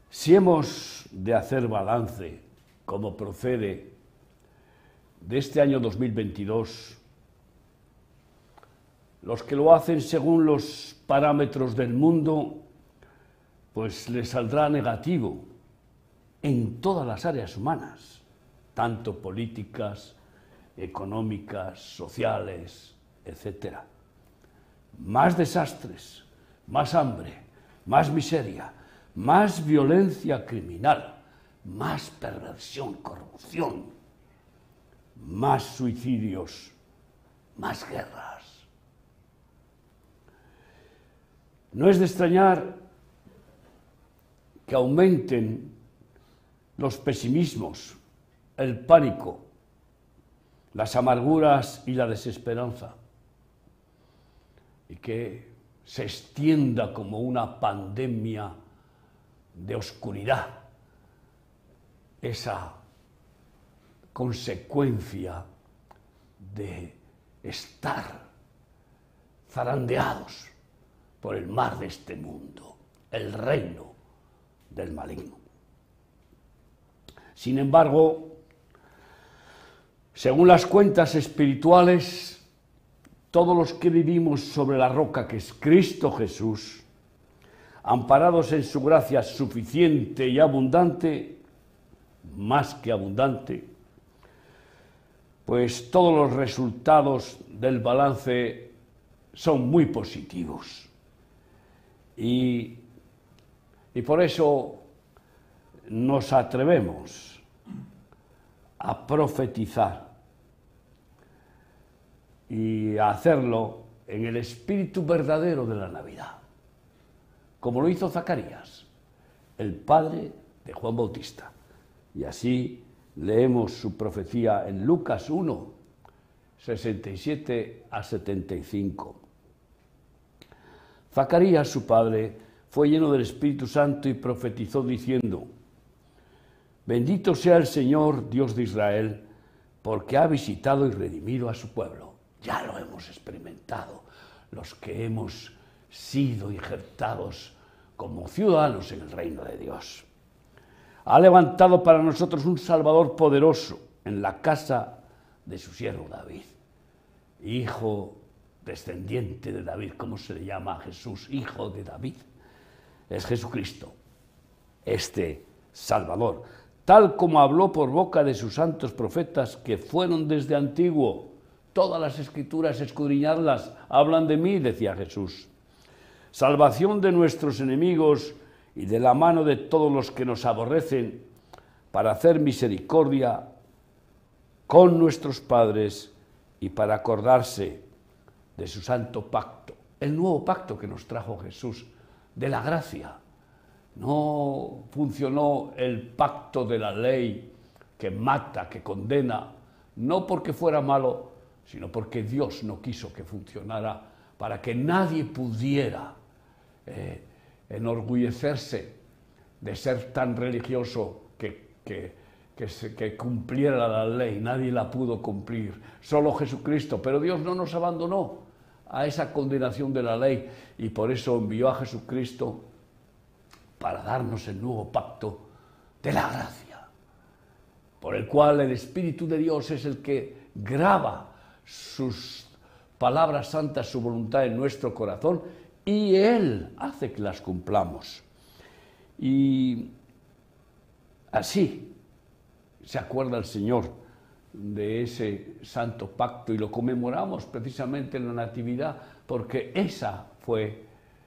Si hemos de hacer balance, como procede, de este año 2022, los que lo hacen según los parámetros del mundo, pues les saldrá negativo en todas las áreas humanas, tanto políticas, económicas, sociales, etc. Más desastres, más hambre, más miseria, más violencia criminal, más perversión, corrupción, más suicidios, más guerras. No es de extrañar que aumenten los pesimismos, el pánico, las amarguras y la desesperanza, y que se extienda como una pandemia de oscuridad esa consecuencia de estar zarandeados por el mar de este mundo, el reino del maligno. Sin embargo, según las cuentas espirituales, todos los que vivimos sobre la roca que es Cristo Jesús, amparados en su gracia suficiente y abundante, más que abundante, pues todos los resultados del balance son muy positivos. Y por eso nos atrevemos a profetizar y a hacerlo en el espíritu verdadero de la Navidad, como lo hizo Zacarías, el padre de Juan Bautista. Y así leemos su profecía en Lucas 1, 67 a 75. Zacarías, su padre, fue lleno del Espíritu Santo y profetizó diciendo: Bendito sea el Señor, Dios de Israel, porque ha visitado y redimido a su pueblo. Ya lo hemos experimentado, los que hemos sido injertados como ciudadanos en el reino de Dios. Ha levantado para nosotros un Salvador poderoso en la casa de su siervo David, hijo descendiente de David. ¿Cómo se le llama a Jesús? Hijo de David. Es Jesucristo, este Salvador, tal como habló por boca de sus santos profetas que fueron desde antiguo. Todas las escrituras, escudriñadlas, hablan de mí, decía Jesús. Salvación de nuestros enemigos y de la mano de todos los que nos aborrecen, para hacer misericordia con nuestros padres y para acordarse de su santo pacto, el nuevo pacto que nos trajo Jesús, de la gracia. No funcionó el pacto de la ley que mata, que condena, no porque fuera malo, sino porque Dios no quiso que funcionara, para que nadie pudiera enorgullecerse de ser tan religioso que cumpliera la ley. Nadie la pudo cumplir, solo Jesucristo. Pero Dios no nos abandonó a esa condenación de la ley, y por eso envió a Jesucristo para darnos el nuevo pacto de la gracia, por el cual el Espíritu de Dios es el que graba sus palabras santas, su voluntad en nuestro corazón, y Él hace que las cumplamos. Y así se acuerda el Señor de ese santo pacto, y lo conmemoramos precisamente en la Natividad, porque esa fue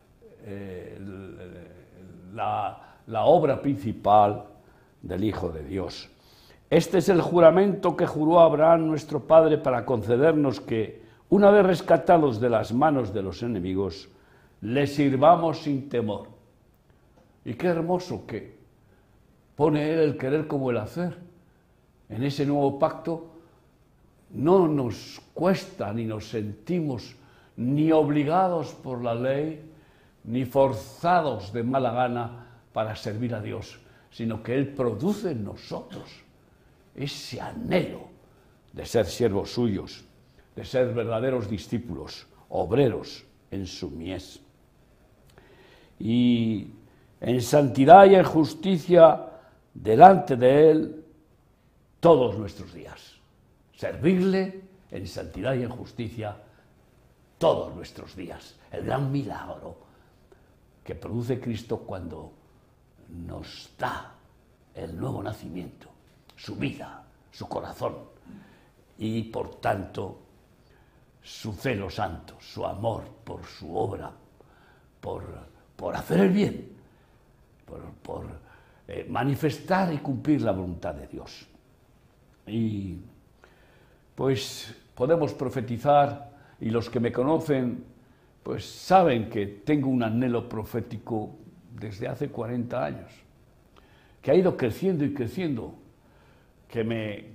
la obra principal del Hijo de Dios. Este es el juramento que juró Abraham, nuestro padre, para concedernos que, una vez rescatados de las manos de los enemigos, le sirvamos sin temor. Y qué hermoso que pone Él el querer como el hacer. En ese nuevo pacto no nos cuesta, ni nos sentimos ni obligados por la ley, ni forzados de mala gana para servir a Dios, sino que Él produce en nosotros ese anhelo de ser siervos suyos, de ser verdaderos discípulos, obreros en su mies. Y en santidad y en justicia delante de Él todos nuestros días. Servirle en santidad y en justicia todos nuestros días. El gran milagro que produce Cristo cuando nos da el nuevo nacimiento, su vida, su corazón y por tanto su celo santo, su amor por su obra, por hacer el bien, por manifestar y cumplir la voluntad de Dios. Y pues podemos profetizar, y los que me conocen pues saben que tengo un anhelo profético desde hace 40 años, que ha ido creciendo y creciendo, que me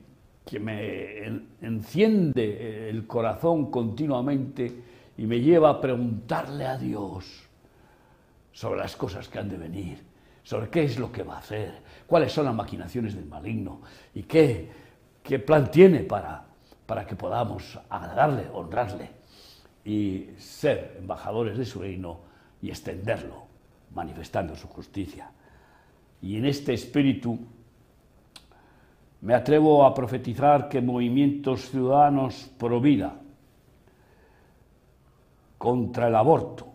enciende el corazón continuamente y me lleva a preguntarle a Dios sobre las cosas que han de venir, sobre qué es lo que va a hacer, cuáles son las maquinaciones del maligno y qué plan tiene para que podamos agradarle, honrarle y ser embajadores de su reino y extenderlo, manifestando su justicia. Y en este espíritu me atrevo a profetizar que movimientos ciudadanos pro vida, contra el aborto,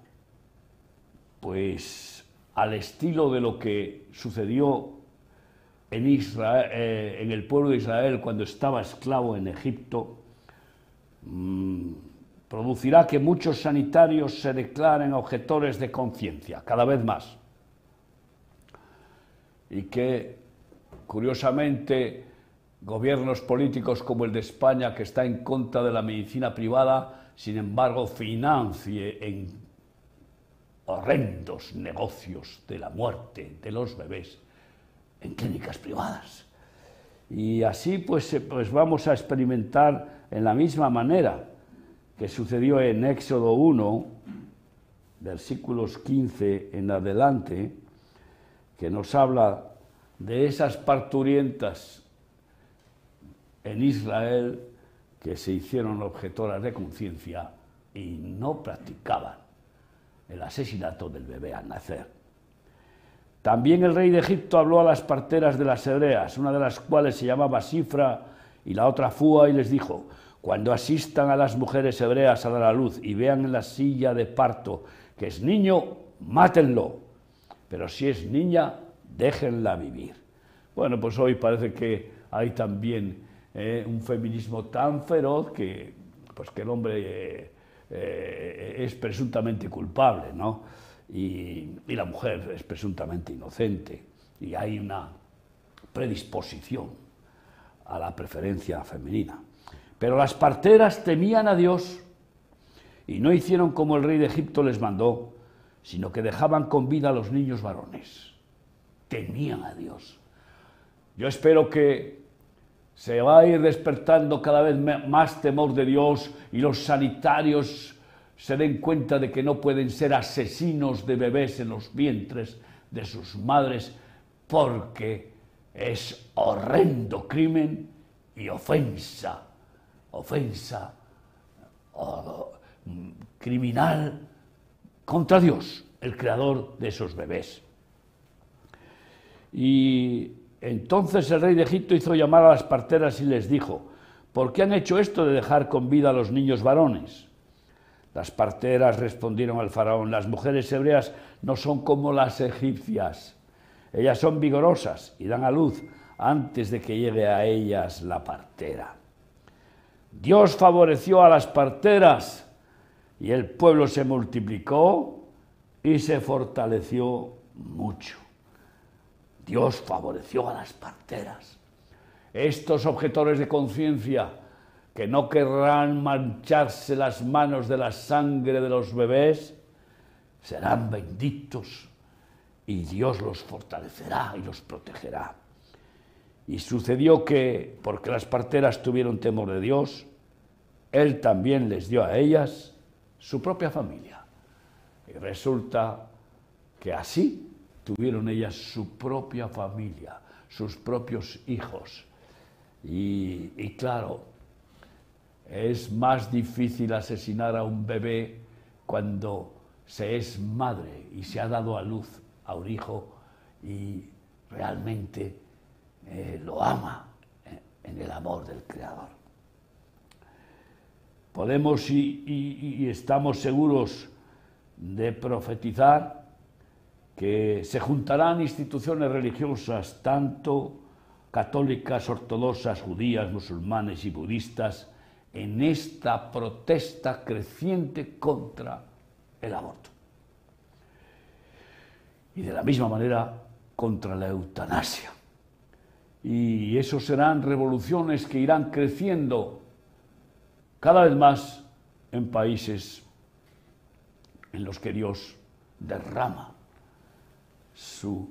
pues al estilo de lo que sucedió en Israel, en el pueblo de Israel cuando estaba esclavo en Egipto, producirá que muchos sanitarios se declaren objetores de conciencia, cada vez más. Y que, curiosamente, gobiernos políticos como el de España, que está en contra de la medicina privada, sin embargo, financie en horrendos negocios de la muerte de los bebés en clínicas privadas. Y así pues vamos a experimentar en la misma manera que sucedió en Éxodo 1, versículos 15 en adelante, que nos habla de esas parturientas en Israel que se hicieron objetoras de conciencia y no practicaban el asesinato del bebé al nacer. También el rey de Egipto habló a las parteras de las hebreas, una de las cuales se llamaba Sifra y la otra Fúa, y les dijo: cuando asistan a las mujeres hebreas a dar a luz y vean en la silla de parto que es niño, mátenlo, pero si es niña, déjenla vivir. Bueno, pues hoy parece que hay también un feminismo tan feroz que el hombre es presuntamente culpable, ¿no? Y la mujer es presuntamente inocente, y hay una predisposición a la preferencia femenina. Pero las parteras temían a Dios y no hicieron como el rey de Egipto les mandó, sino que dejaban con vida a los niños varones. Temían a Dios. Yo espero que se va a ir despertando cada vez más temor de Dios y los sanitarios se den cuenta de que no pueden ser asesinos de bebés en los vientres de sus madres, porque es horrendo crimen y ofensa criminal contra Dios, el creador de esos bebés. Y entonces el rey de Egipto hizo llamar a las parteras y les dijo: ¿por qué han hecho esto de dejar con vida a los niños varones? Las parteras respondieron al faraón: las mujeres hebreas no son como las egipcias. Ellas son vigorosas y dan a luz antes de que llegue a ellas la partera. Dios favoreció a las parteras y el pueblo se multiplicó y se fortaleció mucho. Dios favoreció a las parteras. Estos objetores de conciencia que no querrán mancharse las manos de la sangre de los bebés, serán benditos y Dios los fortalecerá y los protegerá. Y sucedió que, porque las parteras tuvieron temor de Dios, Él también les dio a ellas su propia familia. Y resulta que así tuvieron ellas su propia familia, sus propios hijos. Y claro, es más difícil asesinar a un bebé cuando se es madre y se ha dado a luz a un hijo y realmente lo ama en el amor del Creador. Podemos y estamos seguros de profetizar que se juntarán instituciones religiosas, tanto católicas, ortodoxas, judías, musulmanes y budistas, en esta protesta creciente contra el aborto. Y de la misma manera contra la eutanasia. Y eso serán revoluciones que irán creciendo cada vez más en países en los que Dios derrama su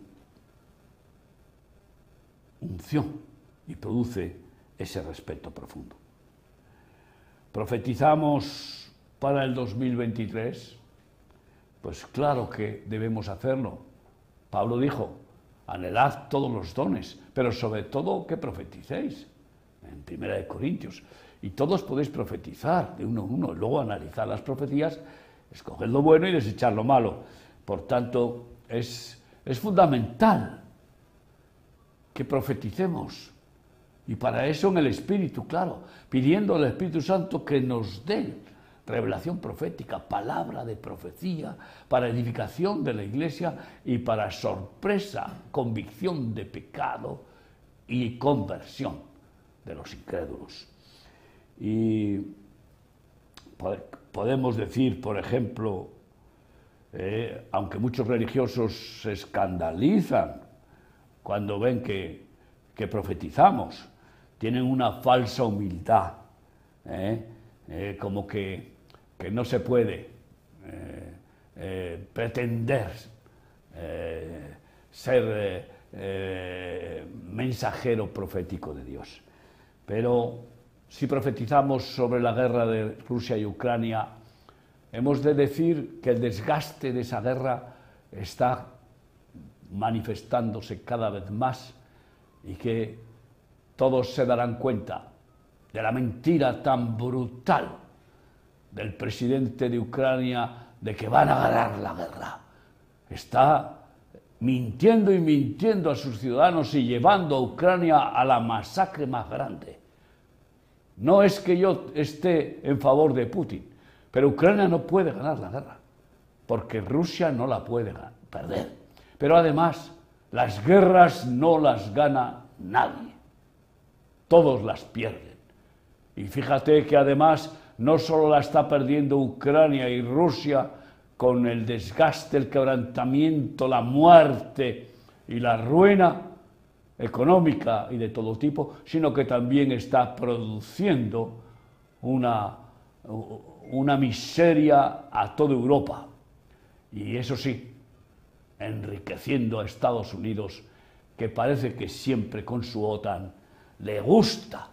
unción y produce ese respeto profundo. ¿Profetizamos para el 2023? Pues claro que debemos hacerlo. Pablo dijo, anhelad todos los dones, pero sobre todo que profeticéis, en 1 Corintios. Y todos podéis profetizar de uno en uno, y luego analizar las profecías, escoger lo bueno y desechar lo malo. Por tanto, es fundamental que profeticemos. Y para eso en el Espíritu, claro, pidiendo al Espíritu Santo que nos dé revelación profética, palabra de profecía, para edificación de la Iglesia y para sorpresa, convicción de pecado y conversión de los incrédulos. Y podemos decir, por ejemplo, aunque muchos religiosos se escandalizan cuando ven que profetizamos, tienen una falsa humildad, como que no se puede pretender ser mensajero profético de Dios. Pero si profetizamos sobre la guerra de Rusia y Ucrania, hemos de decir que el desgaste de esa guerra está manifestándose cada vez más y que todos se darán cuenta de la mentira tan brutal del presidente de Ucrania de que van a ganar la guerra. Está mintiendo y mintiendo a sus ciudadanos y llevando a Ucrania a la masacre más grande. No es que yo esté en favor de Putin, pero Ucrania no puede ganar la guerra, porque Rusia no la puede perder. Pero además, las guerras no las gana nadie. Todos las pierden. Y fíjate que además no solo la está perdiendo Ucrania y Rusia con el desgaste, el quebrantamiento, la muerte y la ruina económica y de todo tipo, sino que también está produciendo una miseria a toda Europa. Y eso sí, enriqueciendo a Estados Unidos, que parece que siempre con su OTAN le gusta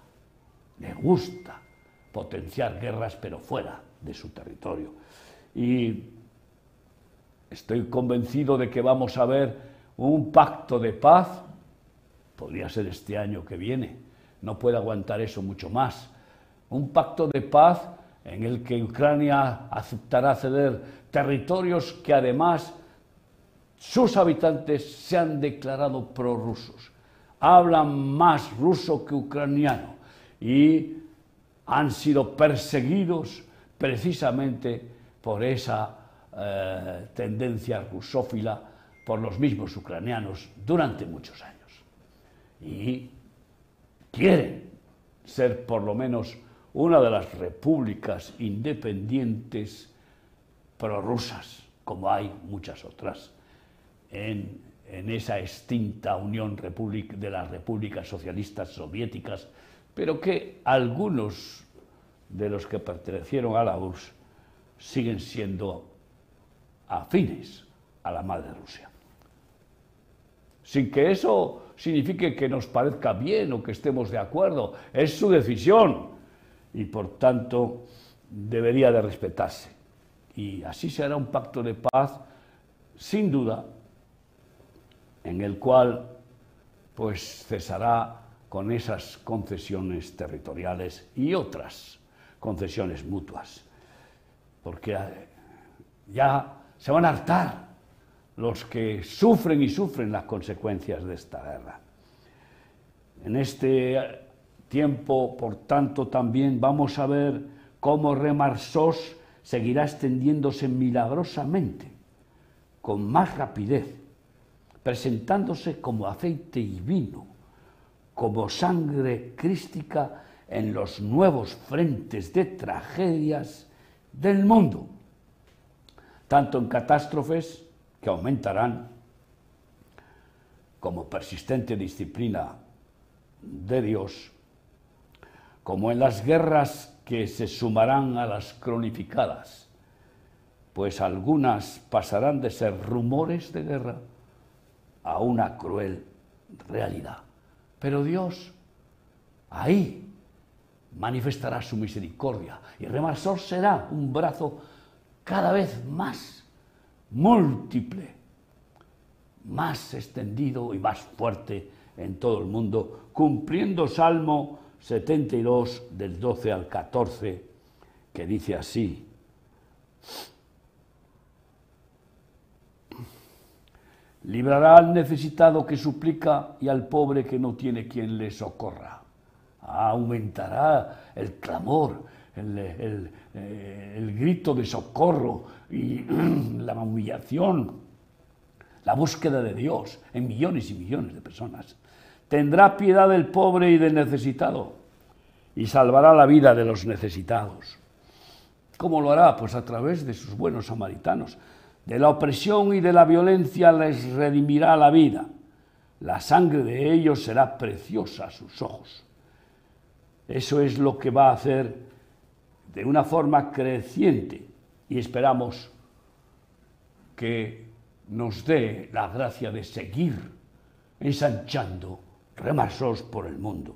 potenciar guerras, pero fuera de su territorio. Y estoy convencido de que vamos a ver un pacto de paz, podría ser este año que viene, no puede aguantar eso mucho más, un pacto de paz en el que Ucrania aceptará ceder territorios que además sus habitantes se han declarado prorrusos, hablan más ruso que ucraniano y han sido perseguidos precisamente por esa tendencia rusófila por los mismos ucranianos durante muchos años. Y quieren ser por lo menos una de las repúblicas independientes prorrusas, como hay muchas otras, en esa extinta Unión de las Repúblicas Socialistas Soviéticas, pero que algunos de los que pertenecieron a la URSS siguen siendo afines a la madre Rusia. Sin que eso signifique que nos parezca bien o que estemos de acuerdo, es su decisión y por tanto debería de respetarse. Y así se hará un pacto de paz, sin duda, en el cual pues cesará con esas concesiones territoriales y otras concesiones mutuas, porque ya se van a hartar los que sufren y sufren las consecuencias de esta guerra. En este tiempo, por tanto, también vamos a ver cómo Remarsos seguirá extendiéndose milagrosamente, con más rapidez, presentándose como aceite y vino, como sangre crística en los nuevos frentes de tragedias del mundo, tanto en catástrofes que aumentarán, como persistente disciplina de Dios, como en las guerras que se sumarán a las cronificadas, pues algunas pasarán de ser rumores de guerra a una cruel realidad. Pero Dios ahí manifestará su misericordia y Remarsos será un brazo cada vez más múltiple, más extendido y más fuerte en todo el mundo, cumpliendo Salmo 72 del 12 al 14, que dice así: librará al necesitado que suplica y al pobre que no tiene quien le socorra. Aumentará el clamor, el grito de socorro y la humillación, la búsqueda de Dios en millones y millones de personas. Tendrá piedad del pobre y del necesitado y salvará la vida de los necesitados. ¿Cómo lo hará? Pues a través de sus buenos samaritanos. De la opresión y de la violencia les redimirá la vida. La sangre de ellos será preciosa a sus ojos. Eso es lo que va a hacer de una forma creciente y esperamos que nos dé la gracia de seguir ensanchando Remarsos por el mundo.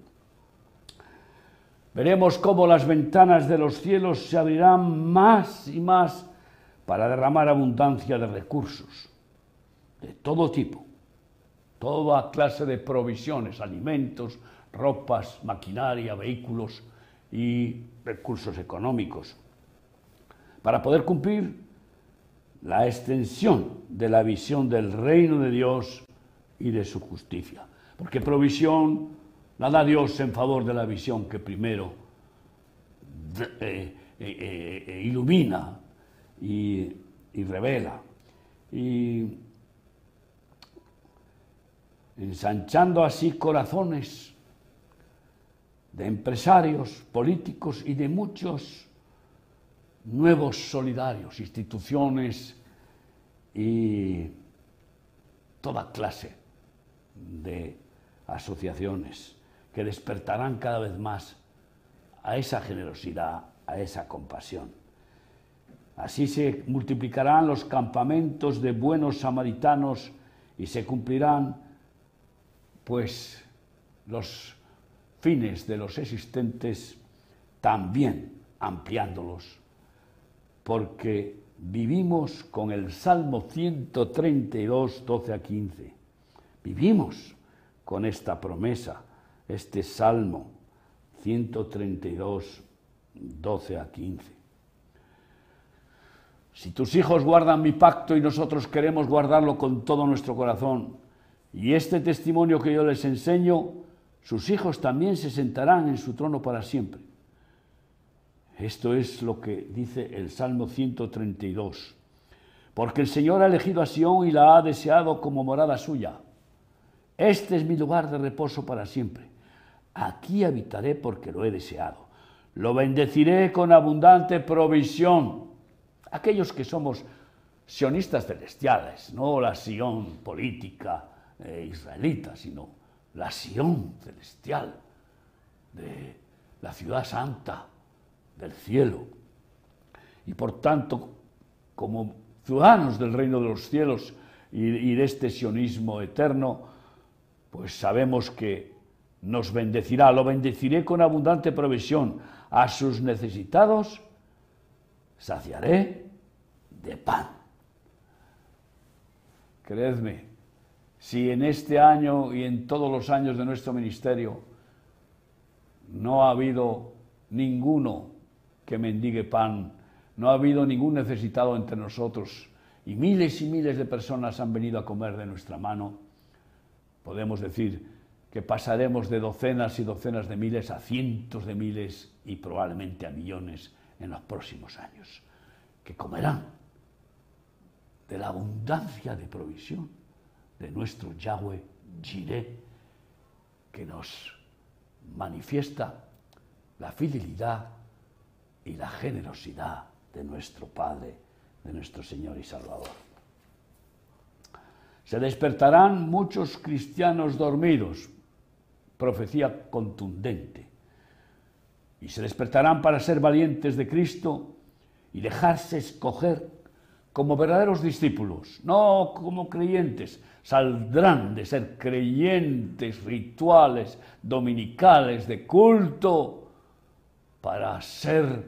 Veremos cómo las ventanas de los cielos se abrirán más y más para derramar abundancia de recursos de todo tipo, toda clase de provisiones, alimentos, ropas, maquinaria, vehículos y recursos económicos, para poder cumplir la extensión de la visión del reino de Dios y de su justicia. Porque provisión la da Dios en favor de la visión que primero ilumina y revela. Y ensanchando así corazones de empresarios, políticos y de muchos nuevos solidarios, instituciones y toda clase de asociaciones que despertarán cada vez más a esa generosidad, a esa compasión. Así se multiplicarán los campamentos de buenos samaritanos y se cumplirán, pues, los fines de los existentes, también ampliándolos, porque vivimos con el Salmo 132, 12 a 15. Vivimos con esta promesa, este Salmo 132, 12 a 15. Si tus hijos guardan mi pacto y nosotros queremos guardarlo con todo nuestro corazón, y este testimonio que yo les enseño, sus hijos también se sentarán en su trono para siempre. Esto es lo que dice el Salmo 132. Porque el Señor ha elegido a Sión y la ha deseado como morada suya. Este es mi lugar de reposo para siempre. Aquí habitaré porque lo he deseado. Lo bendeciré con abundante provisión. Aquellos que somos sionistas celestiales, no la Sión política israelita, sino la Sión celestial de la ciudad santa del cielo. Y por tanto, como ciudadanos del reino de los cielos y de este sionismo eterno, pues sabemos que nos bendecirá. Lo bendeciré con abundante provisión. A sus necesitados saciaré de pan. Creedme, si en este año y en todos los años de nuestro ministerio no ha habido ninguno que mendigue pan, no ha habido ningún necesitado entre nosotros, y miles de personas han venido a comer de nuestra mano, podemos decir que pasaremos de docenas y docenas de miles a cientos de miles y probablemente a millones en los próximos años, que comerán de la abundancia de provisión de nuestro Yahweh Jireh, que nos manifiesta la fidelidad y la generosidad de nuestro Padre, de nuestro Señor y Salvador. Se despertarán muchos cristianos dormidos, profecía contundente, y se despertarán para ser valientes de Cristo y dejarse escoger como verdaderos discípulos, no como creyentes. Saldrán de ser creyentes rituales, dominicales, de culto, para ser,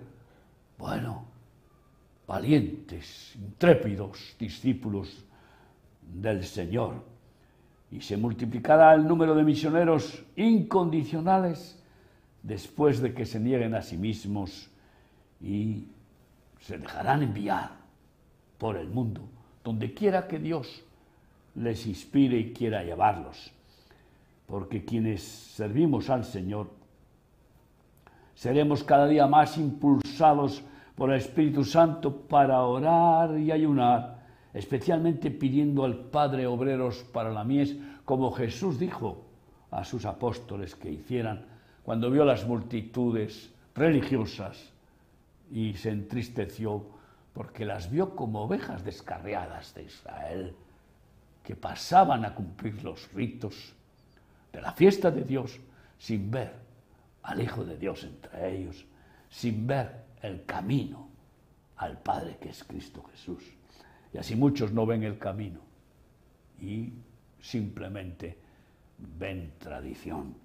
valientes, intrépidos discípulos del Señor. Y se multiplicará el número de misioneros incondicionales después de que se nieguen a sí mismos y se dejarán enviar por el mundo, donde quiera que Dios les inspire y quiera llevarlos. Porque quienes servimos al Señor seremos cada día más impulsados por el Espíritu Santo para orar y ayunar, especialmente pidiendo al Padre obreros para la mies, como Jesús dijo a sus apóstoles que hicieran cuando vio las multitudes religiosas y se entristeció porque las vio como ovejas descarriadas de Israel, que pasaban a cumplir los ritos de la fiesta de Dios sin ver al Hijo de Dios entre ellos, sin ver el camino al Padre que es Cristo Jesús. Y así muchos no ven el camino y simplemente ven tradición.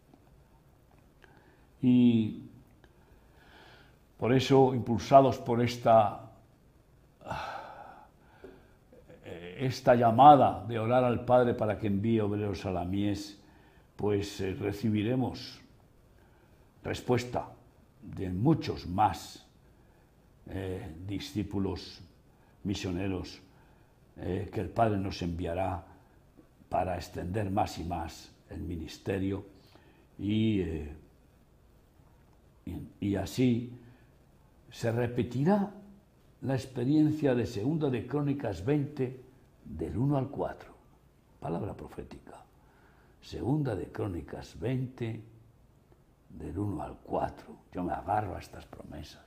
Y por eso, impulsados por esta llamada de orar al Padre para que envíe obreros a la mies, pues recibiremos respuesta de muchos más discípulos misioneros que el Padre nos enviará para extender más y más el ministerio y así se repetirá la experiencia de Segunda de Crónicas 20 del 1 al 4, palabra profética. Segunda de Crónicas 20 del 1 al 4. Yo me agarro a estas promesas.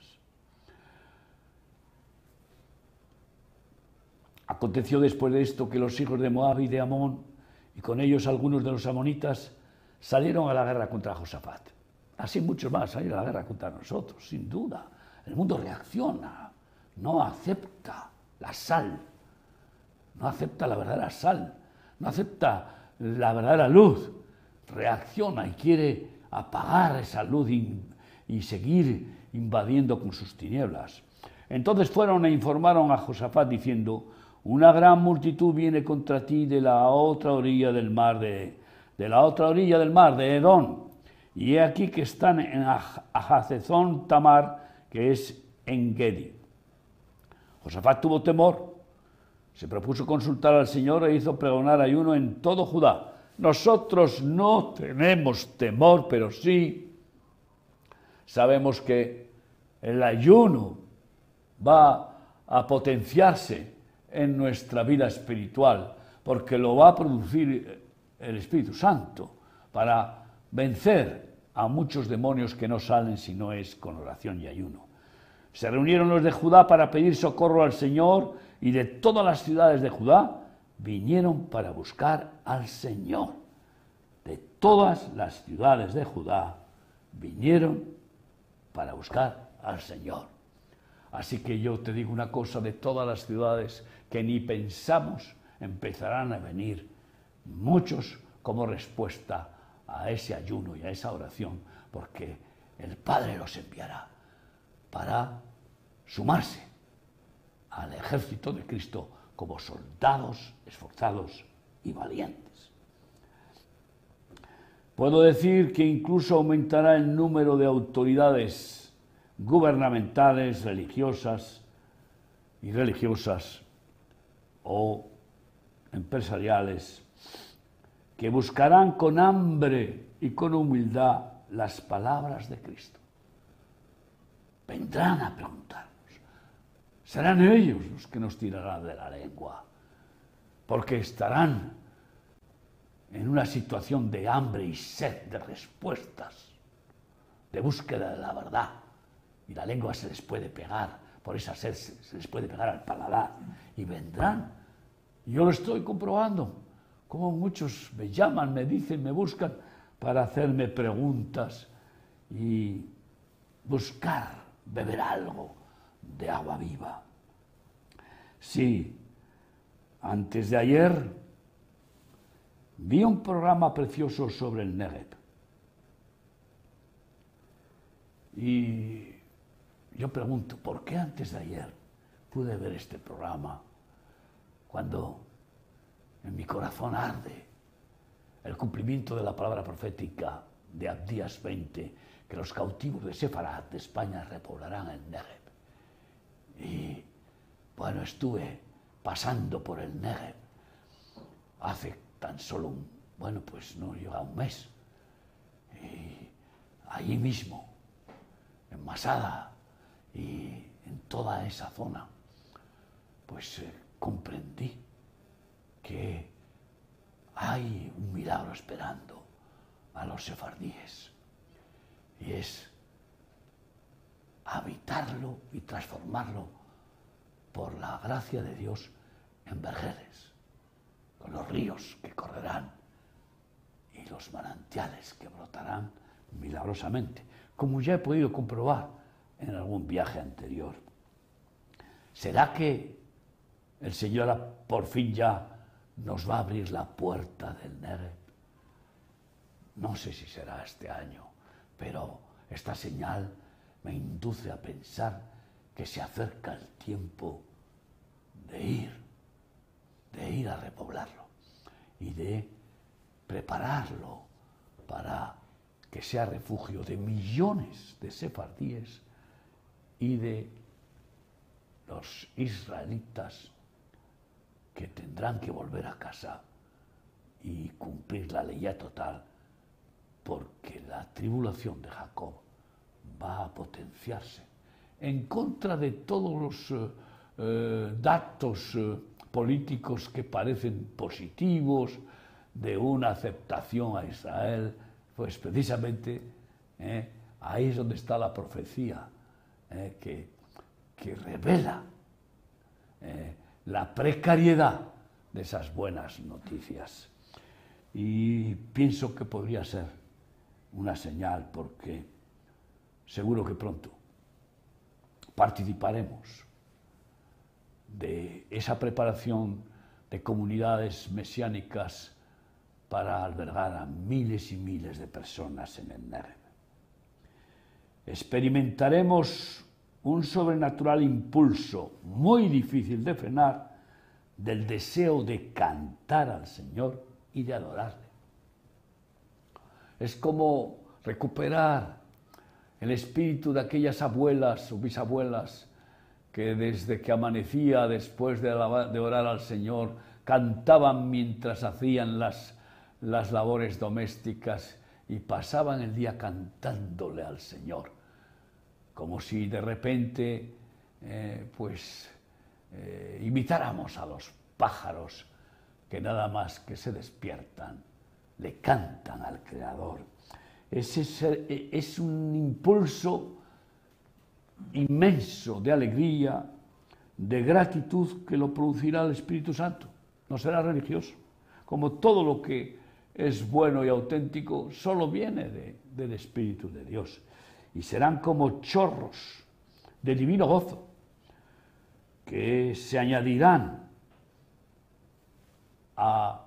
Aconteció después de esto que los hijos de Moab y de Amón, y con ellos algunos de los amonitas, salieron a la guerra contra Josafat. Así muchos más salieron a la guerra contra nosotros, sin duda. El mundo reacciona, no acepta la sal, no acepta la verdadera sal, no acepta la verdadera luz, reacciona y quiere apagar esa luz y seguir invadiendo con sus tinieblas. Entonces fueron e informaron a Josafat diciendo: una gran multitud viene contra ti de la otra orilla del mar de Edom, y he aquí que están en Hazezón Tamar, que es En Gedi. Josafat tuvo temor, se propuso consultar al Señor e hizo pregonar ayuno en todo Judá. Nosotros no tenemos temor, pero sí sabemos que el ayuno va a potenciarse en nuestra vida espiritual, porque lo va a producir el Espíritu Santo para vencer a muchos demonios que no salen si no es con oración y ayuno. Se reunieron los de Judá para pedir socorro al Señor, y de todas las ciudades de Judá vinieron para buscar al Señor. De todas las ciudades de Judá vinieron para buscar al Señor. Así que yo te digo una cosa: de todas las ciudades que ni pensamos, empezarán a venir muchos como respuesta a ese ayuno y a esa oración, porque el Padre los enviará para sumarse al ejército de Cristo como soldados esforzados y valientes. Puedo decir que incluso aumentará el número de autoridades gubernamentales, religiosas y religiosas o empresariales que buscarán con hambre y con humildad las palabras de Cristo. Vendrán a preguntarnos. Serán ellos los que nos tirarán de la lengua, porque estarán en una situación de hambre y sed de respuestas, de búsqueda de la verdad, y la lengua se les puede pegar, por esa sed se les puede pegar al paladar, y vendrán. Yo lo estoy comprobando, como muchos me llaman, me dicen, me buscan para hacerme preguntas y buscar beber algo de agua viva. Sí, antes de ayer vi un programa precioso sobre el Negev. Y yo pregunto, ¿por qué antes de ayer pude ver este programa cuando en mi corazón arde el cumplimiento de la palabra profética de Abdías 20, que los cautivos de Sefarat de España repoblarán el Negev? Y bueno, estuve pasando por el Negev hace tan solo no llega un mes. Y allí mismo, en Masada y en toda esa zona, pues comprendí que hay un milagro esperando a los sefardíes, y es habitarlo y transformarlo por la gracia de Dios en vergeles, con los ríos que correrán y los manantiales que brotarán milagrosamente, como ya he podido comprobar en algún viaje anterior. ¿Será que el Señor por fin ya nos va a abrir la puerta del Negev? No sé si será este año, pero esta señal me induce a pensar que se acerca el tiempo de ir a repoblarlo y de prepararlo para que sea refugio de millones de sefardíes y de los israelitas que tendrán que volver a casa y cumplir la ley total, porque la tribulación de Jacob va a potenciarse en contra de todos los datos políticos que parecen positivos de una aceptación a Israel. Pues precisamente ahí es donde está la profecía que revela la precariedad de esas buenas noticias. Y pienso que podría ser una señal, porque seguro que pronto participaremos de esa preparación de comunidades mesiánicas para albergar a miles y miles de personas en el Negev. Experimentaremos un sobrenatural impulso muy difícil de frenar del deseo de cantar al Señor y de adorarle. Es como recuperar el espíritu de aquellas abuelas o bisabuelas que desde que amanecía, después de orar al Señor, cantaban mientras hacían las labores domésticas y pasaban el día cantándole al Señor, como si de repente imitáramos a los pájaros que nada más que se despiertan le cantan al Creador. Es un impulso inmenso de alegría, de gratitud, que lo producirá el Espíritu Santo. No será religioso. Como todo lo que es bueno y auténtico, solo viene del Espíritu de Dios. Y serán como chorros de divino gozo que se añadirán a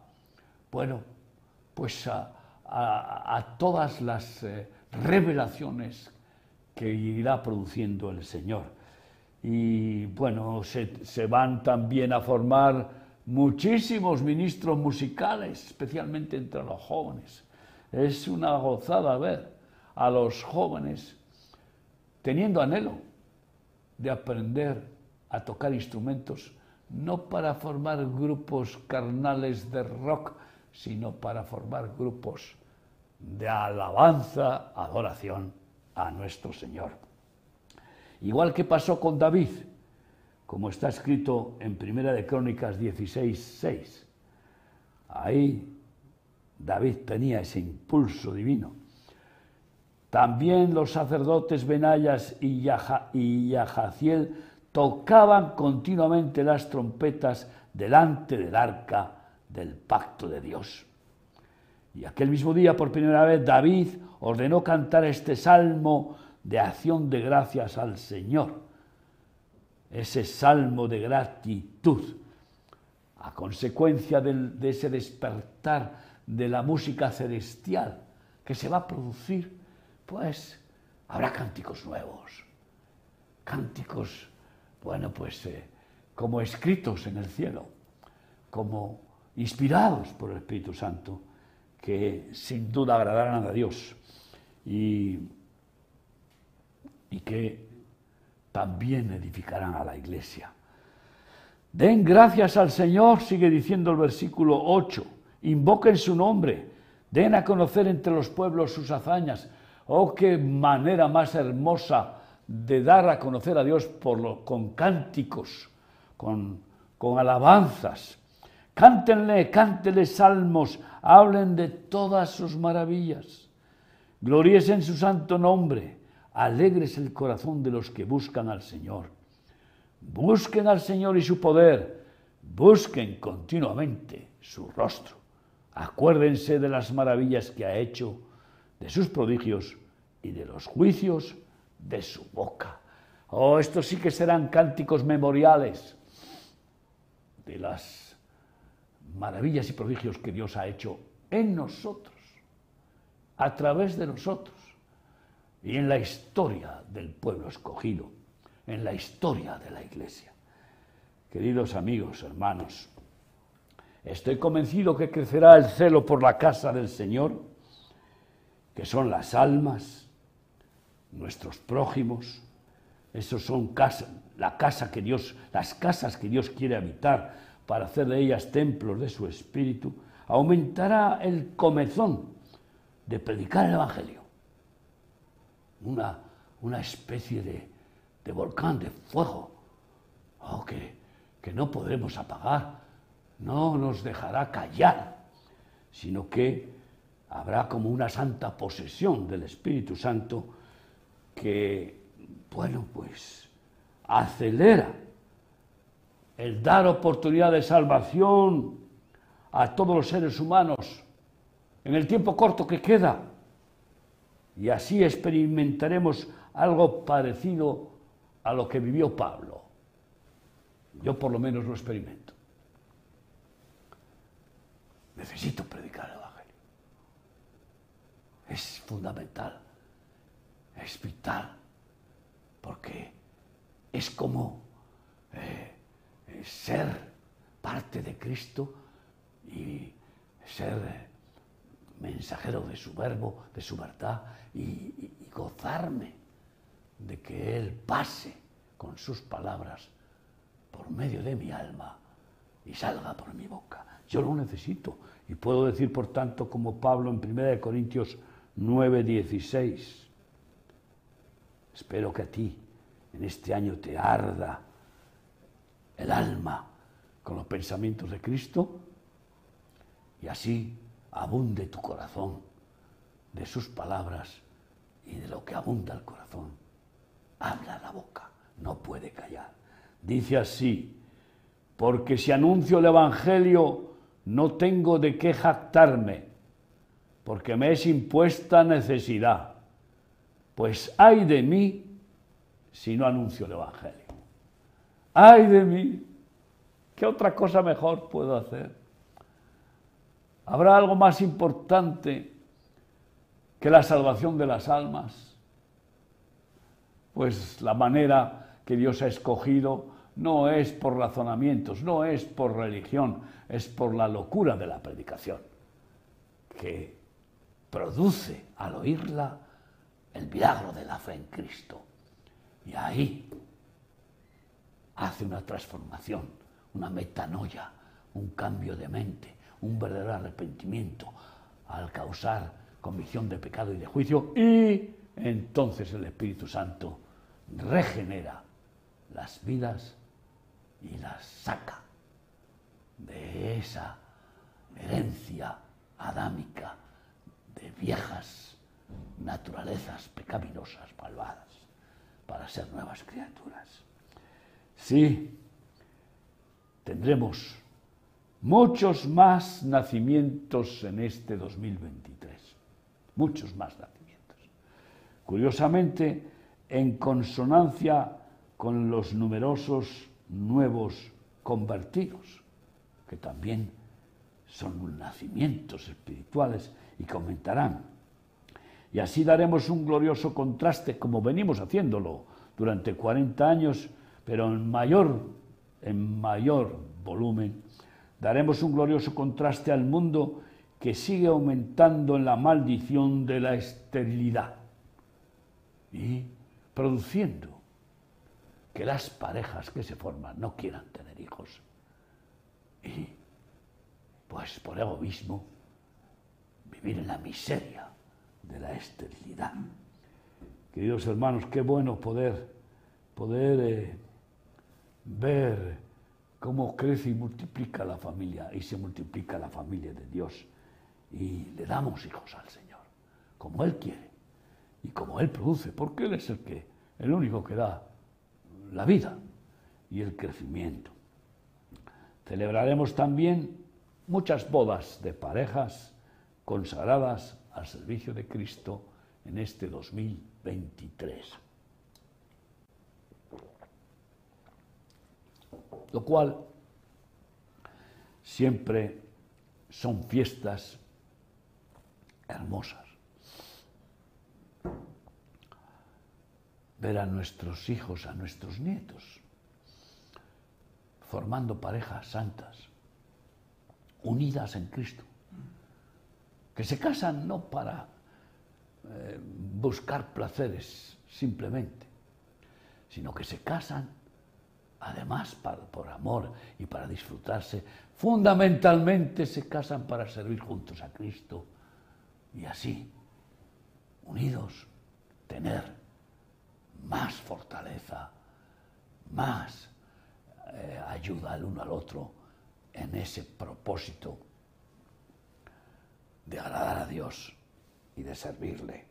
todas las revelaciones que irá produciendo el Señor. Y bueno, se van también a formar muchísimos ministros musicales, especialmente entre los jóvenes. Es una gozada ver a los jóvenes teniendo anhelo de aprender a tocar instrumentos no para formar grupos carnales de rock, sino para formar grupos de alabanza, adoración a nuestro Señor. Igual que pasó con David, como está escrito en Primera de Crónicas 16:6. Ahí David tenía ese impulso divino. También los sacerdotes Benayas y Yahaziel tocaban continuamente las trompetas delante del arca del pacto de Dios. Y aquel mismo día, por primera vez, David ordenó cantar este salmo de acción de gracias al Señor. Ese salmo de gratitud, a consecuencia de ese despertar de la música celestial que se va a producir, pues habrá cánticos nuevos, cánticos, como escritos en el cielo, como inspirados por el Espíritu Santo, que sin duda agradarán a Dios y que también edificarán a la Iglesia. Den gracias al Señor, sigue diciendo el versículo 8, invoquen su nombre, den a conocer entre los pueblos sus hazañas. Oh, qué manera más hermosa de dar a conocer a Dios con cánticos, con alabanzas. Cántenle salmos, hablen de todas sus maravillas. Gloríese en su santo nombre, alegres el corazón de los que buscan al Señor. Busquen al Señor y su poder, busquen continuamente su rostro. Acuérdense de las maravillas que ha hecho, de sus prodigios y de los juicios de su boca. Oh, estos sí que serán cánticos memoriales de las maravillas y prodigios que Dios ha hecho en nosotros, a través de nosotros, y en la historia del pueblo escogido, en la historia de la Iglesia. Queridos amigos, hermanos, estoy convencido que crecerá el celo por la casa del Señor, que son las almas, nuestros prójimos. Esos son las casas que Dios quiere habitar para hacer de ellas templos de su Espíritu. Aumentará el comezón de predicar el Evangelio. Una especie de volcán de fuego, que no podremos apagar, no nos dejará callar, sino que habrá como una santa posesión del Espíritu Santo que, acelera el dar oportunidad de salvación a todos los seres humanos en el tiempo corto que queda. Y así experimentaremos algo parecido a lo que vivió Pablo. Yo por lo menos lo experimento. Necesito predicar el Evangelio. Es fundamental, es vital, porque es como ser parte de Cristo y ser mensajero de su verbo, de su verdad, y gozarme de que Él pase con sus palabras por medio de mi alma y salga por mi boca. Yo lo necesito y puedo decir, por tanto, como Pablo en 1 Corintios 9:16, espero que a ti en este año te arda el alma con los pensamientos de Cristo y así abunde tu corazón de sus palabras, y de lo que abunda el corazón habla la boca, no puede callar. Dice así: porque si anuncio el Evangelio no tengo de qué jactarme, porque me es impuesta necesidad, pues ay de mí si no anuncio el Evangelio. Ay de mí, ¿qué otra cosa mejor puedo hacer? ¿Habrá algo más importante que la salvación de las almas? Pues la manera que Dios ha escogido no es por razonamientos, no es por religión, es por la locura de la predicación, que produce al oírla el milagro de la fe en Cristo. Y ahí hace una transformación, una metanoia, un cambio de mente, un verdadero arrepentimiento al causar convicción de pecado y de juicio, y entonces el Espíritu Santo regenera las vidas y las saca de esa herencia adámica de viejas naturalezas pecaminosas, malvadas, para ser nuevas criaturas. Sí, tendremos muchos más nacimientos en este 2023, muchos más nacimientos. Curiosamente, en consonancia con los numerosos nuevos convertidos, que también son nacimientos espirituales y que aumentarán. Y así daremos un glorioso contraste, como venimos haciéndolo durante 40 años, pero en mayor volumen. Daremos un glorioso contraste al mundo que sigue aumentando en la maldición de la esterilidad y produciendo que las parejas que se forman no quieran tener hijos y, pues por egoísmo, vivir en la miseria de la esterilidad. Queridos hermanos, qué bueno poder ver cómo crece y multiplica la familia, y se multiplica la familia de Dios, y le damos hijos al Señor, como Él quiere, y como Él produce, porque Él es el único que da la vida y el crecimiento. Celebraremos también muchas bodas de parejas consagradas al servicio de Cristo en este 2023. Lo cual siempre son fiestas hermosas. Ver a nuestros hijos, a nuestros nietos, formando parejas santas, unidas en Cristo, que se casan no para buscar placeres simplemente, sino que se casan además por amor y para disfrutarse. Fundamentalmente se casan para servir juntos a Cristo y así, unidos, tener más fortaleza, más ayuda el uno al otro en ese propósito de agradar a Dios y de servirle.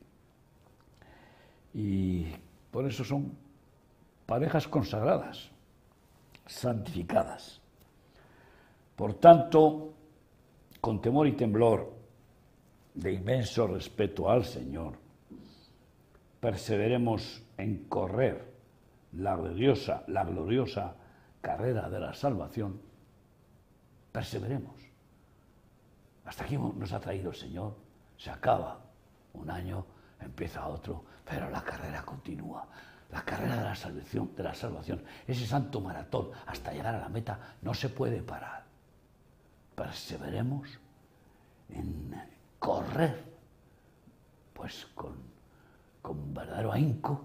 Y por eso son parejas consagradas, santificadas. Por tanto, con temor y temblor, de inmenso respeto al Señor, perseveremos en correr la gloriosa carrera de la salvación. Perseveremos. Hasta aquí nos ha traído el Señor. Se acaba un año, empieza otro, pero la carrera continúa. La carrera de la salvación, ese santo maratón hasta llegar a la meta, no se puede parar. Perseveremos en correr, pues con verdadero ahínco,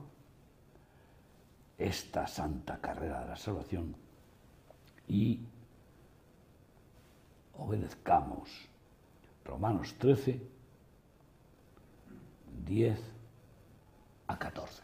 esta santa carrera de la salvación y obedezcamos Romanos 13, 10 a 14.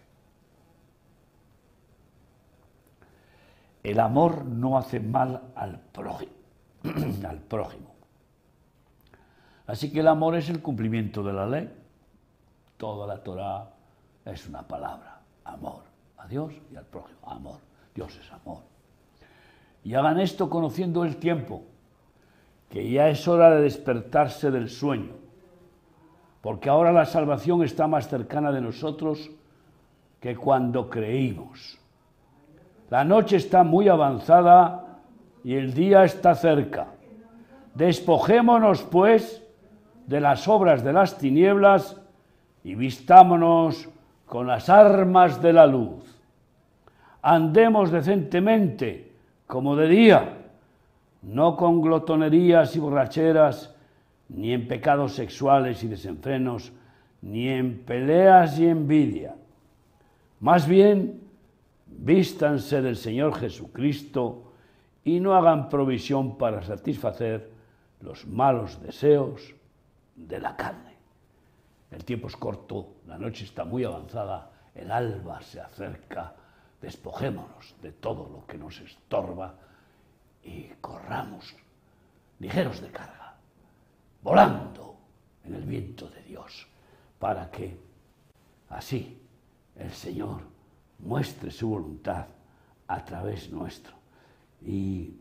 El amor no hace mal al prójimo. Así que el amor es el cumplimiento de la ley. Toda la Torá es una palabra, amor a Dios y al prójimo, amor. Dios es amor. Y hagan esto conociendo el tiempo, que ya es hora de despertarse del sueño, porque ahora la salvación está más cercana de nosotros que cuando creímos. La noche está muy avanzada y el día está cerca. Despojémonos, pues, de las obras de las tinieblas y vistámonos con las armas de la luz. Andemos decentemente, como de día, no con glotonerías y borracheras, ni en pecados sexuales y desenfrenos, ni en peleas y envidia. Más bien, vístanse del Señor Jesucristo y no hagan provisión para satisfacer los malos deseos de la carne. El tiempo es corto, la noche está muy avanzada, el alba se acerca, despojémonos de todo lo que nos estorba y corramos ligeros de carga, volando en el viento de Dios, para que así el Señor muestre su voluntad a través nuestro. Y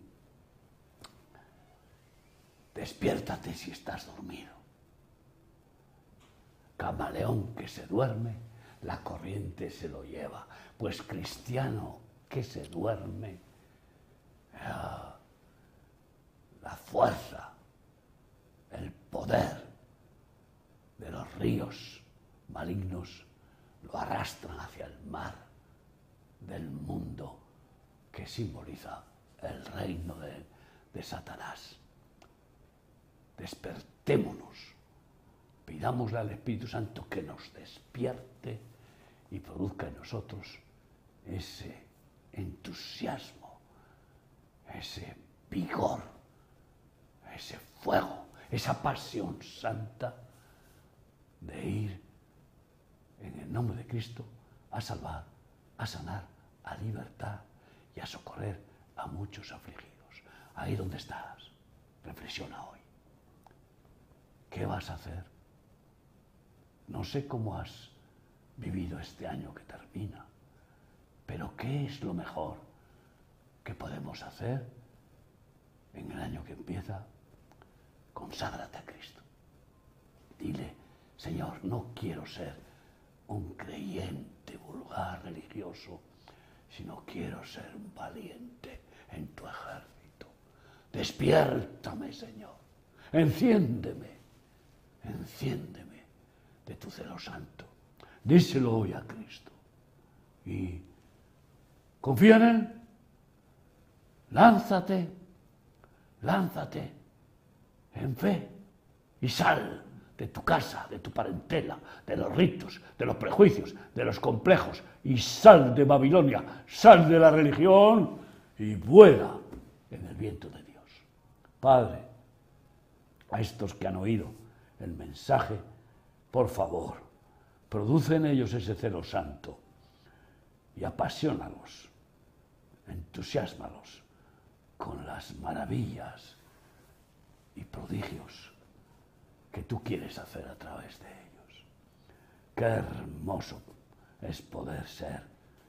despiértate si estás dormido. Camaleón que se duerme, la corriente se lo lleva. Pues cristiano que se duerme, la fuerza, el poder de los ríos malignos lo arrastran hacia el mar del mundo que simboliza el reino de Satanás. Despertémonos, pidámosle al Espíritu Santo que nos despierte y produzca en nosotros ese entusiasmo, ese vigor, ese fuego, esa pasión santa de ir en el nombre de Cristo a salvar, a sanar, a libertar y a socorrer a muchos afligidos. Ahí donde estás, reflexiona hoy. ¿Qué vas a hacer? No sé cómo has vivido este año que termina, pero ¿qué es lo mejor que podemos hacer en el año que empieza? Conságrate a Cristo. Dile, Señor, no quiero ser un creyente vulgar, religioso, sino quiero ser un valiente en tu ejército. Despiértame, Señor. Enciéndeme de tu celo santo. Díselo hoy a Cristo. Y confía en Él. Lánzate en fe y sal de tu casa, de tu parentela, de los ritos, de los prejuicios, de los complejos, y sal de Babilonia, sal de la religión y vuela en el viento de Dios. Padre, a estos que han oído el mensaje, por favor, produce en ellos ese celo santo y apasionalos, entusiásmalos con las maravillas y prodigios que tú quieres hacer a través de ellos. Qué hermoso es poder ser,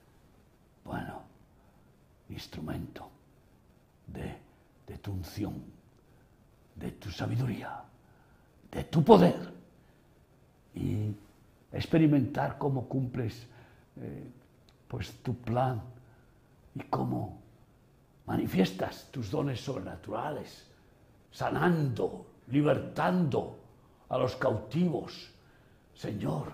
instrumento de tu unción, de tu sabiduría, de tu poder, y experimentar cómo cumples tu plan y cómo manifiestas tus dones sobrenaturales, sanando, libertando a los cautivos, Señor,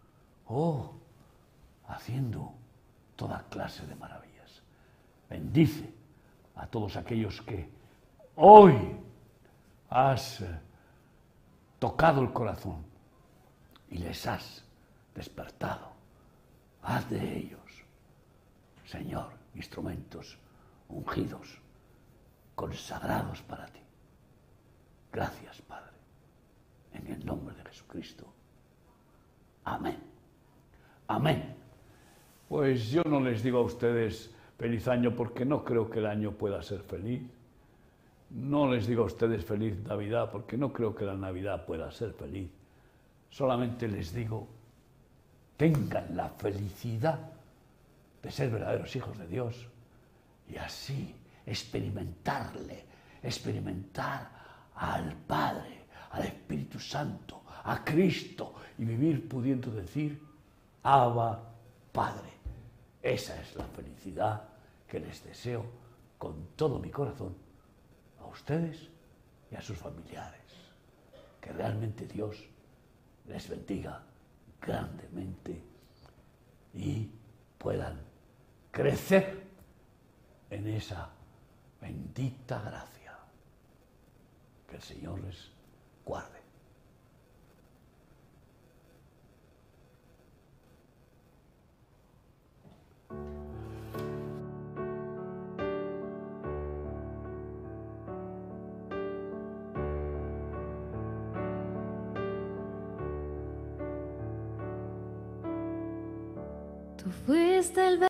haciendo toda clase de maravillas. Bendice a todos aquellos que hoy has tocado el corazón y les has despertado. Haz de ellos, Señor, instrumentos ungidos, consagrados para ti. Gracias, Padre, en el nombre de Jesucristo. Amén. Amén. Pues yo no les digo a ustedes feliz año porque no creo que el año pueda ser feliz. No les digo a ustedes feliz Navidad porque no creo que la Navidad pueda ser feliz. Solamente les digo, tengan la felicidad de ser verdaderos hijos de Dios y así experimentar al Padre, al Espíritu Santo, a Cristo, y vivir pudiendo decir, Abba, Padre. Esa es la felicidad que les deseo con todo mi corazón a ustedes y a sus familiares. Que realmente Dios les bendiga grandemente y puedan crecer en esa bendita gracia. Que el Señor les guarde. Tú fuiste el